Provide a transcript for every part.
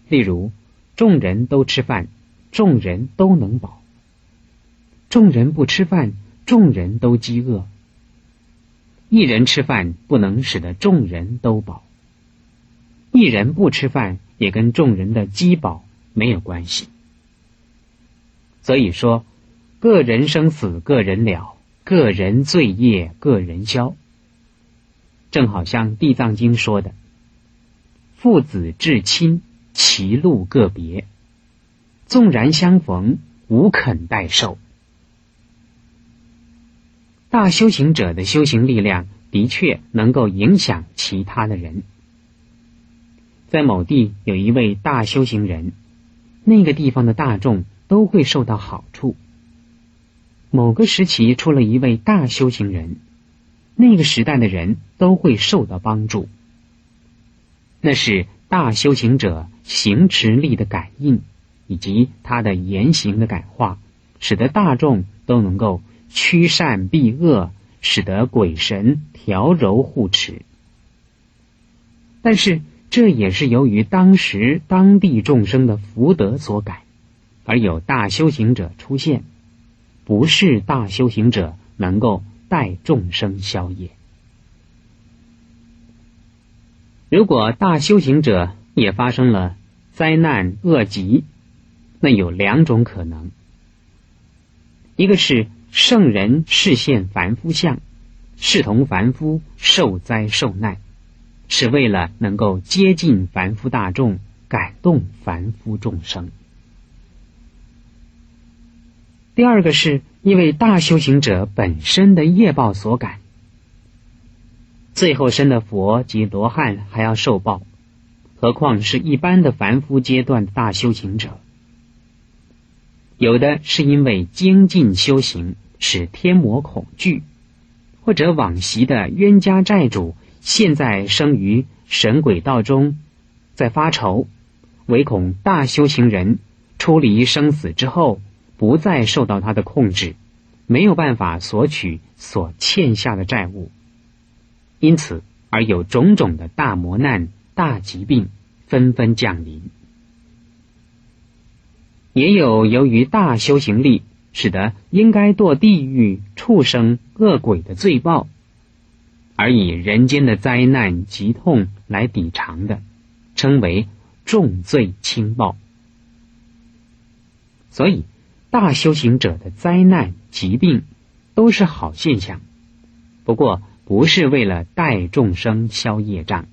例如，众人都吃饭，众人都能饱；众人不吃饭，众人都饥饿。一人吃饭不能使得众人都饱，一人不吃饭也跟众人的饥饱没有关系。所以说，个人生死个人了，个人罪业个人消。正好像地藏经说的，父子至亲，其路个别，纵然相逢，无肯代受。大修行者的修行力量的确能够影响其他的人。在某地有一位大修行人，那个地方的大众都会受到好处。某个时期出了一位大修行人，那个时代的人都会受到帮助。那是大修行者行持力的感应，以及他的言行的感化，使得大众都能够驱善避恶，使得鬼神调柔护持。但是这也是由于当时当地众生的福德所感，而有大修行者出现，不是大修行者能够带众生消业。如果大修行者也发生了灾难恶疾，那有两种可能。一个是圣人示现凡夫相，视同凡夫受灾受难，是为了能够接近凡夫大众，感动凡夫众生。第二个是因为大修行者本身的业报所感，最后生的佛及罗汉还要受报，何况是一般的凡夫阶段的大修行者。有的是因为精进修行使天魔恐惧，或者往昔的冤家债主现在生于神鬼道中，在发愁，唯恐大修行人出离生死之后不再受到他的控制，没有办法索取所欠下的债务，因此而有种种的大磨难、大疾病纷纷降临。也有由于大修行力，使得应该堕地狱、畜生、恶鬼的罪报，而以人间的灾难疾痛来抵偿的，称为重罪轻报。所以大修行者的灾难疾病都是好现象，不过不是为了带众生消业障。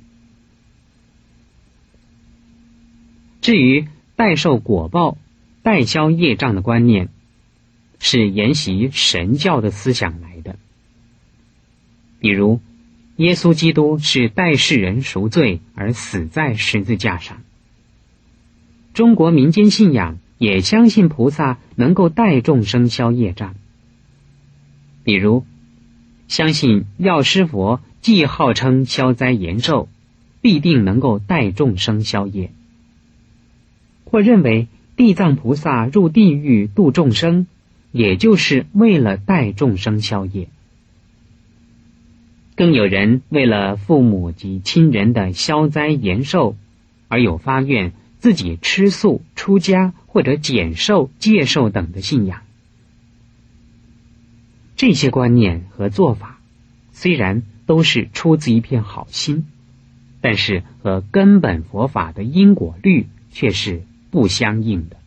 至于代受果报、代消业障的观念，是沿袭神教的思想来的。比如耶稣基督是代世人赎罪而死在十字架上，中国民间信仰也相信菩萨能够带众生消业障。比如相信药师佛既号称消灾延寿，必定能够带众生消业，或认为地藏菩萨入地狱度众生，也就是为了带众生消业。更有人为了父母及亲人的消灾延寿，而有发愿自己吃素、出家或者减寿、戒寿等的信仰。这些观念和做法虽然都是出自一片好心，但是和根本佛法的因果律却是不相应的。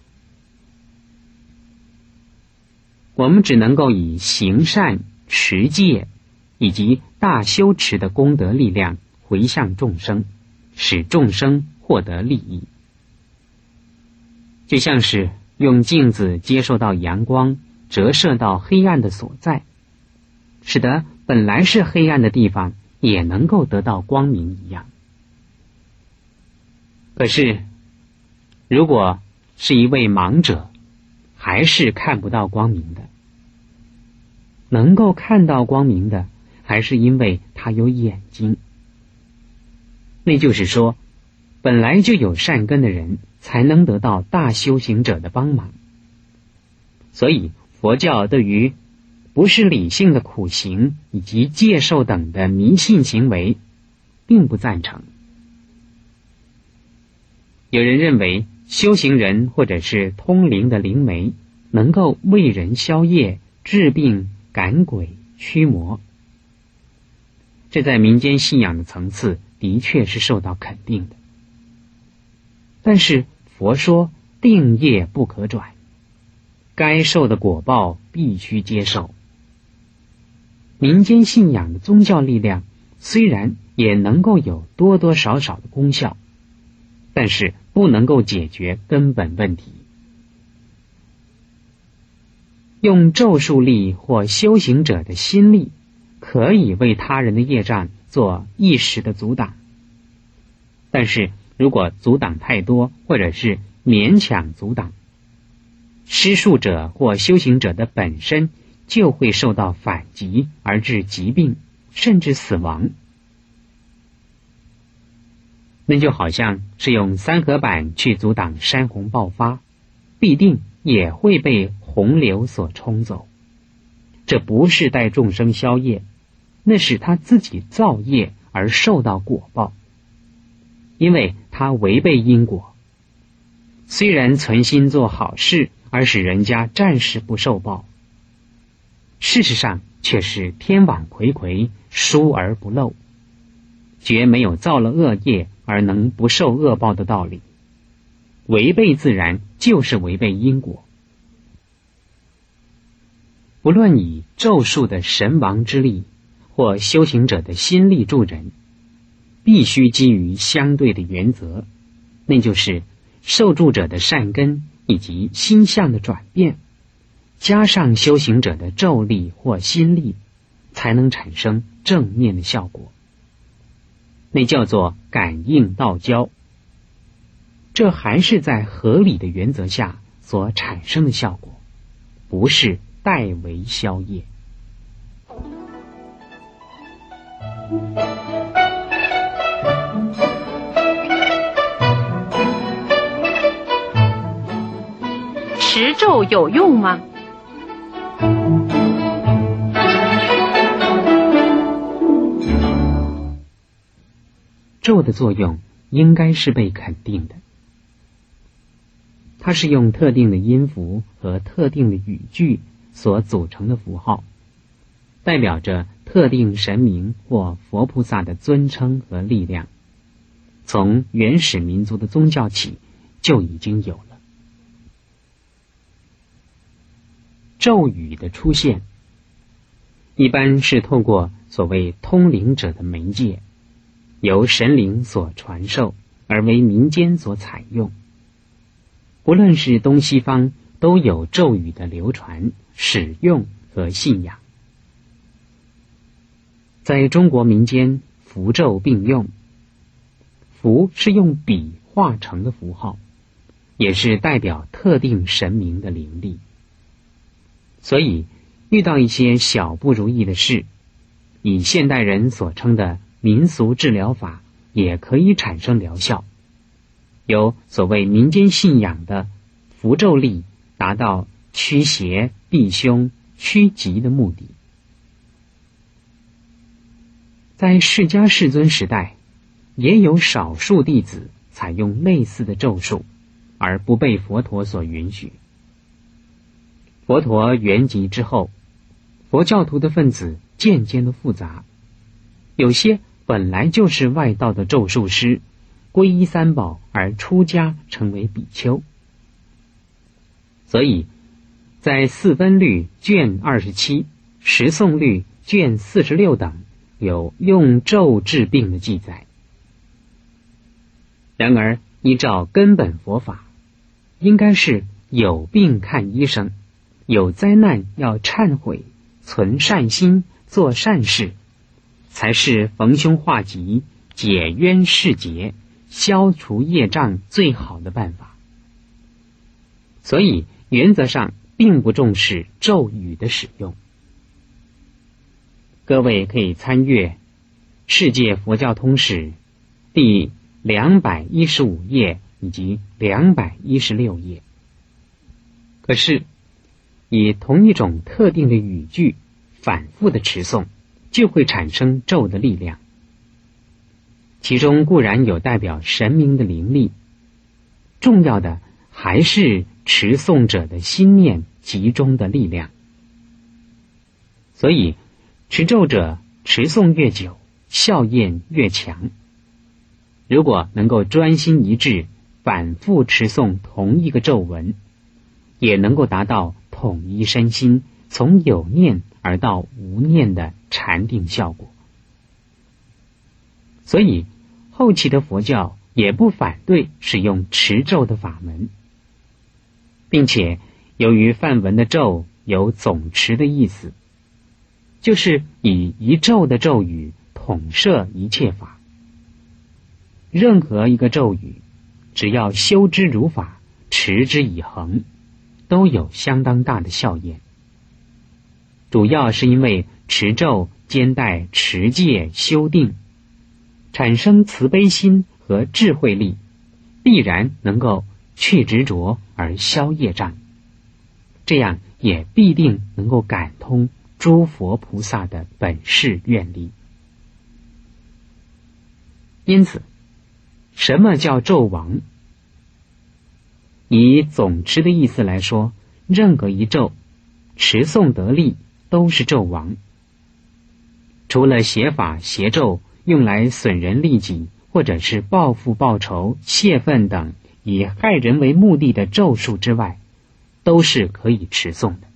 我们只能够以行善、持戒以及大修持的功德力量回向众生，使众生获得利益。就像是用镜子接受到阳光，折射到黑暗的所在，使得本来是黑暗的地方也能够得到光明一样。可是如果是一位盲者，还是看不到光明的。能够看到光明的，还是因为他有眼睛。那就是说，本来就有善根的人，才能得到大修行者的帮忙。所以佛教对于不是理性的苦行以及戒受等的迷信行为，并不赞成。 有人认为修行人或者是通灵的灵媒能够为人消业、治病、赶鬼、驱魔，这在民间信仰的层次的确是受到肯定的。但是佛说定业不可转，该受的果报必须接受。民间信仰的宗教力量虽然也能够有多多少少的功效，但是不能够解决根本问题。用咒术力或修行者的心力，可以为他人的业障做一时的阻挡，但是如果阻挡太多，或者是勉强阻挡，施术者或修行者的本身就会受到反击，而致疾病甚至死亡。那就好像是用三合板去阻挡山洪爆发，必定也会被洪流所冲走。这不是带众生消业，那是他自己造业而受到果报，因为他违背因果。虽然存心做好事而使人家暂时不受报，事实上却是天网恢恢，疏而不漏，绝没有造了恶业而能不受恶报的道理。违背自然就是违背因果。不论以咒术的神王之力或修行者的心力助人，必须基于相对的原则，那就是受助者的善根以及心相的转变，加上修行者的咒力或心力，才能产生正面的效果。那叫做感应道交。这还是在合理的原则下所产生的效果，不是代为消业。 持咒有用吗？ 咒的作用应该是被肯定的。它是用特定的音符和特定的语句所组成的符号，代表着特定神明或佛菩萨的尊称和力量。从原始民族的宗教起就已经有了。咒语的出现，一般是透过所谓通灵者的媒介，由神灵所传授，而为民间所采用。不论是东西方，都有咒语的流传、使用和信仰。在中国民间，符咒并用。符是用笔画成的符号，也是代表特定神明的灵力。所以遇到一些小不如意的事，以现代人所称的民俗治疗法也可以产生疗效，有所谓民间信仰的符咒力，达到驱邪避凶趋吉的目的。在释迦世尊时代，也有少数弟子采用类似的咒术，而不被佛陀所允许。佛陀圆寂之后，佛教徒的分子渐渐的复杂，有些本来就是外道的咒术师，皈依三宝而出家成为比丘。所以在四分律卷27、十诵律卷46等有用咒治病的记载。然而依照根本佛法，应该是有病看医生，有灾难要忏悔，存善心，做善事，才是逢凶化吉、解冤释结、消除业障最好的办法。所以原则上并不重视咒语的使用。各位可以参阅《世界佛教通史》第215页以及216页。可是以同一种特定的语句反复的持诵，就会产生咒的力量。其中固然有代表神明的灵力， 重要的还是持诵者的心念集中的力量。所以持咒者持诵越久，效验越强。如果能够专心一致，反复持诵同一个咒文，也能够达到统一身心，从有念而到无念的禅定效果。所以后期的佛教也不反对使用持咒的法门，并且由于梵文的咒有总持的意思，就是以一咒的咒语统摄一切法。任何一个咒语，只要修之如法，持之以恒，都有相当大的效验。主要是因为持咒兼带持戒修定，产生慈悲心和智慧力，必然能够去执着而消业障，这样也必定能够感通诸佛菩萨的本誓愿力。因此，什么叫咒王？以总持的意思来说，任何一咒持诵得力都是咒王。除了邪法邪咒用来损人利己，或者是报复报仇泄愤等以害人为目的的咒术之外，都是可以持诵的。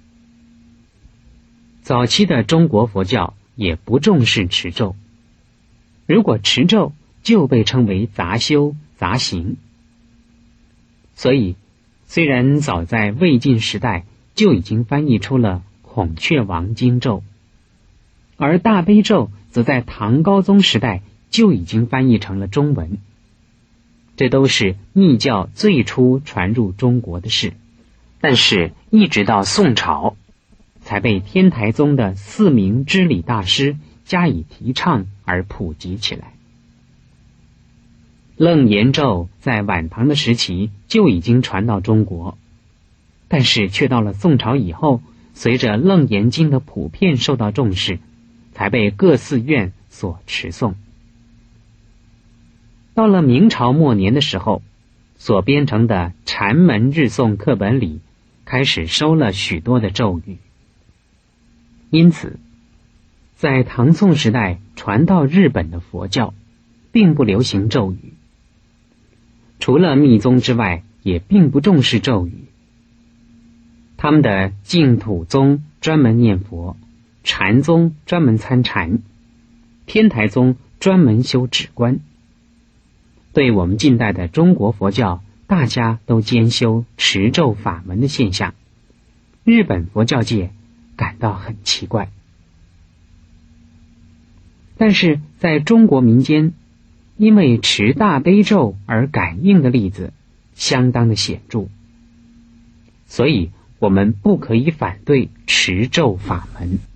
早期的中国佛教也不重视持咒，如果持咒就被称为杂修杂行。所以虽然早在魏晋时代就已经翻译出了孔雀王经咒，而大悲咒则在唐高宗时代就已经翻译成了中文，这都是密教最初传入中国的事。但是一直到宋朝，才被天台宗的4名知礼大师加以提倡而普及起来。楞严咒在晚唐的时期就已经传到中国，但是却到了宋朝以后，随着楞严经的普遍受到重视，才被各寺院所持诵。到了明朝末年的时候，所编成的禅门日诵课本里开始收了许多的咒语。因此在唐宋时代传到日本的佛教并不流行咒语，除了密宗之外也并不重视咒语。他们的净土宗专门念佛，禅宗专门参禅，天台宗专门修止观。对我们近代的中国佛教大家都兼修持咒法门的现象，日本佛教界感到很奇怪。但是在中国民间，因为持大悲咒而感应的例子相当的显著，所以我们不可以反对持咒法门。